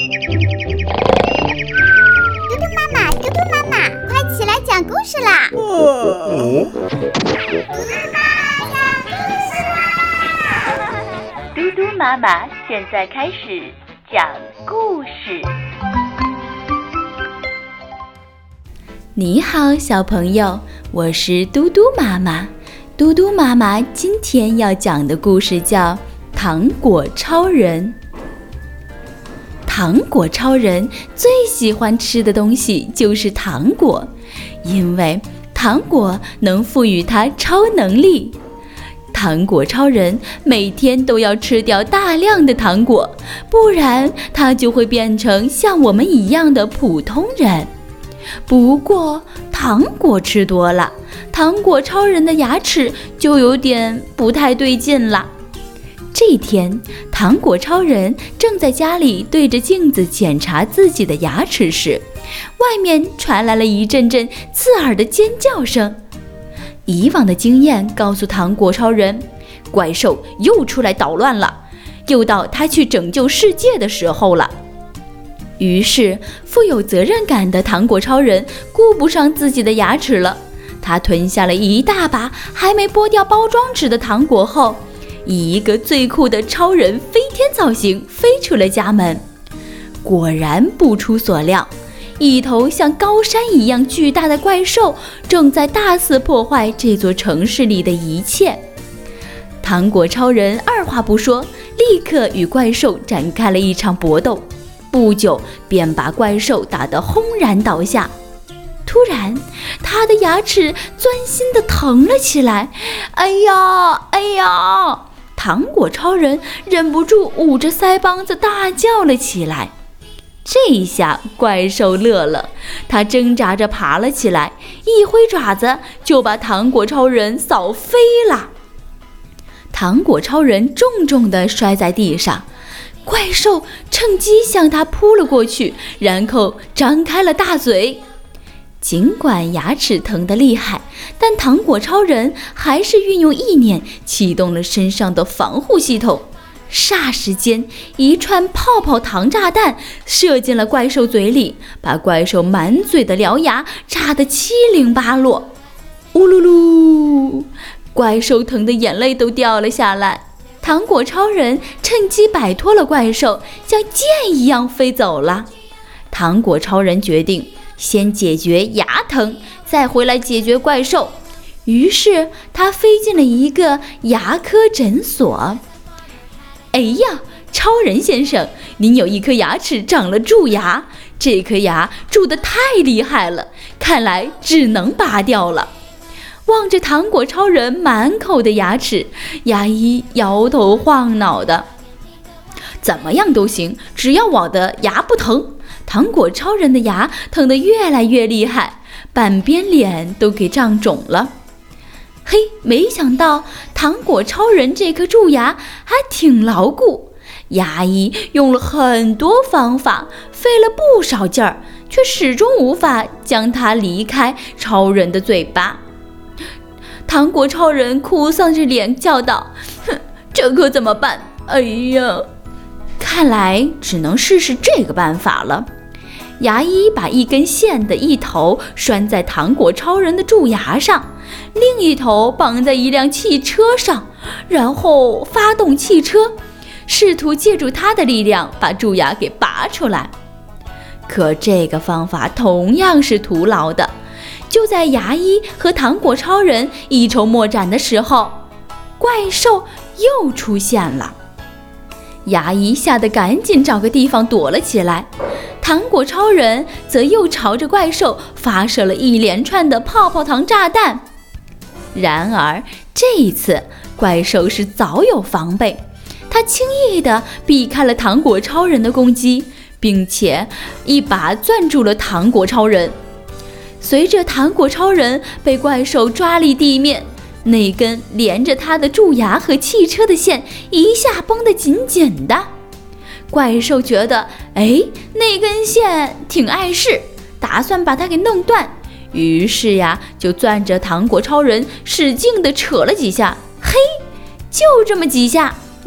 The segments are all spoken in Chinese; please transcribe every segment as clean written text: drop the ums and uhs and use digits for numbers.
嘟嘟妈妈，快起来讲故事啦！嘟嘟妈妈现在开始讲故事。 你好，小朋友，我是嘟嘟妈妈。嘟嘟妈妈今天要讲的故事叫《糖果超人》。糖果超人最喜欢吃的东西就是糖果，因为糖果能赋予他超能力。糖果超人每天都要吃掉大量的糖果，不然他就会变成像我们一样的普通人。不过糖果吃多了，糖果超人的牙齿就有点不太对劲了。这天，糖果超人正在家里对着镜子检查自己的牙齿时，外面传来了一阵阵刺耳的尖叫声。以往的经验告诉糖果超人，怪兽又出来捣乱了，又到他去拯救世界的时候了。于是，富有责任感的糖果超人顾不上自己的牙齿了，他吞下了一大把还没剥掉包装纸的糖果后，以一个最酷的超人飞天造型飞出了家门。果然不出所料，一头像高山一样巨大的怪兽正在大肆破坏这座城市里的一切。糖果超人二话不说，立刻与怪兽展开了一场搏斗，不久便把怪兽打得轰然倒下。突然，他的牙齿钻心地疼了起来。哎呀，哎呀！糖果超人忍不住捂着腮帮子大叫了起来。这一下怪兽乐了，他挣扎着爬了起来，一挥爪子就把糖果超人扫飞了。糖果超人重重地摔在地上，怪兽趁机向他扑了过去，然后张开了大嘴。尽管牙齿疼得厉害，但糖果超人还是运用意念启动了身上的防护系统。霎时间，一串泡泡糖炸弹射进了怪兽嘴里，把怪兽满嘴的獠牙炸得七零八落。呜噜噜，怪兽疼得眼泪都掉了下来。糖果超人趁机摆脱了怪兽，像箭一样飞走了。糖果超人决定先解决牙疼，再回来解决怪兽。于是他飞进了一个牙科诊所。哎呀，超人先生，您有一颗牙齿长了蛀牙，这颗牙蛀得太厉害了，看来只能拔掉了。望着糖果超人满口的牙齿，牙医摇头晃脑的。怎么样都行，只要我的牙不疼。糖果超人的牙疼得越来越厉害，半边脸都给胀肿了。嘿，没想到糖果超人这颗蛀牙还挺牢固，牙医用了很多方法，费了不少劲儿，却始终无法将它离开超人的嘴巴。糖果超人哭丧着脸叫道：哼，这可怎么办？哎呀，看来只能试试这个办法了。牙医把一根线的一头拴在糖果超人的蛀牙上，另一头绑在一辆汽车上，然后发动汽车，试图借助它的力量把蛀牙给拔出来。可这个方法同样是徒劳的。就在牙医和糖果超人一筹莫展的时候，怪兽又出现了。牙医吓得赶紧找个地方躲了起来，糖果超人则又朝着怪兽发射了一连串的泡泡糖炸弹。然而这一次怪兽是早有防备，他轻易地避开了糖果超人的攻击，并且一把攥住了糖果超人。随着糖果超人被怪兽抓离地面，那根连着他的蛀牙和汽车的线一下绷得紧紧的。怪兽觉得，那根线挺碍事，打算把它给弄断，于是呀，就攥着糖果超人使劲地扯了几下。嘿，就这么几下，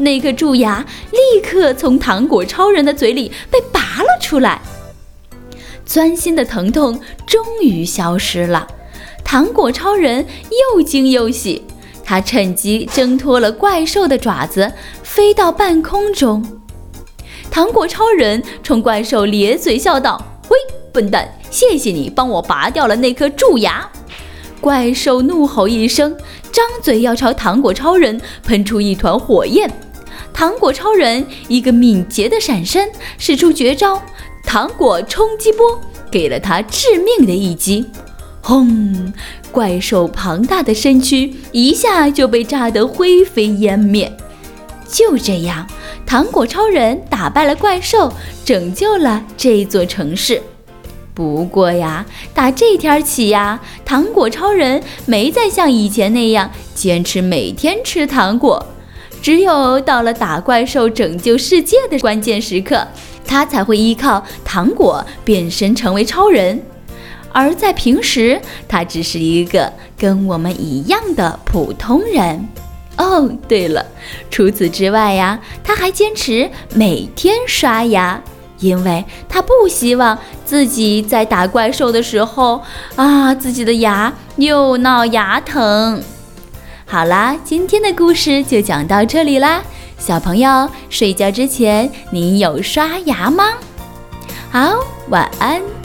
那颗蛀牙立刻从糖果超人的嘴里被拔了出来。钻心的疼痛终于消失了，糖果超人又惊又喜，他趁机挣脱了怪兽的爪子，飞到半空中。糖果超人冲怪兽咧嘴笑道：“喂，笨蛋，谢谢你帮我拔掉了那颗蛀牙。”怪兽怒吼一声，张嘴要朝糖果超人喷出一团火焰。糖果超人一个敏捷的闪身，使出绝招糖果冲击波，给了他致命的一击。轰！怪兽庞大的身躯一下就被炸得灰飞烟灭。就这样，糖果超人打败了怪兽，拯救了这座城市。不过呀，打这天起呀，糖果超人没再像以前那样坚持每天吃糖果，只有到了打怪兽拯救世界的关键时刻，他才会依靠糖果变身成为超人。而在平时，他只是一个跟我们一样的普通人。哦，对了，除此之外呀，他还坚持每天刷牙，因为他不希望自己在打怪兽的时候自己的牙又闹牙疼。好啦，今天的故事就讲到这里啦。小朋友，睡觉之前你有刷牙吗？好，晚安。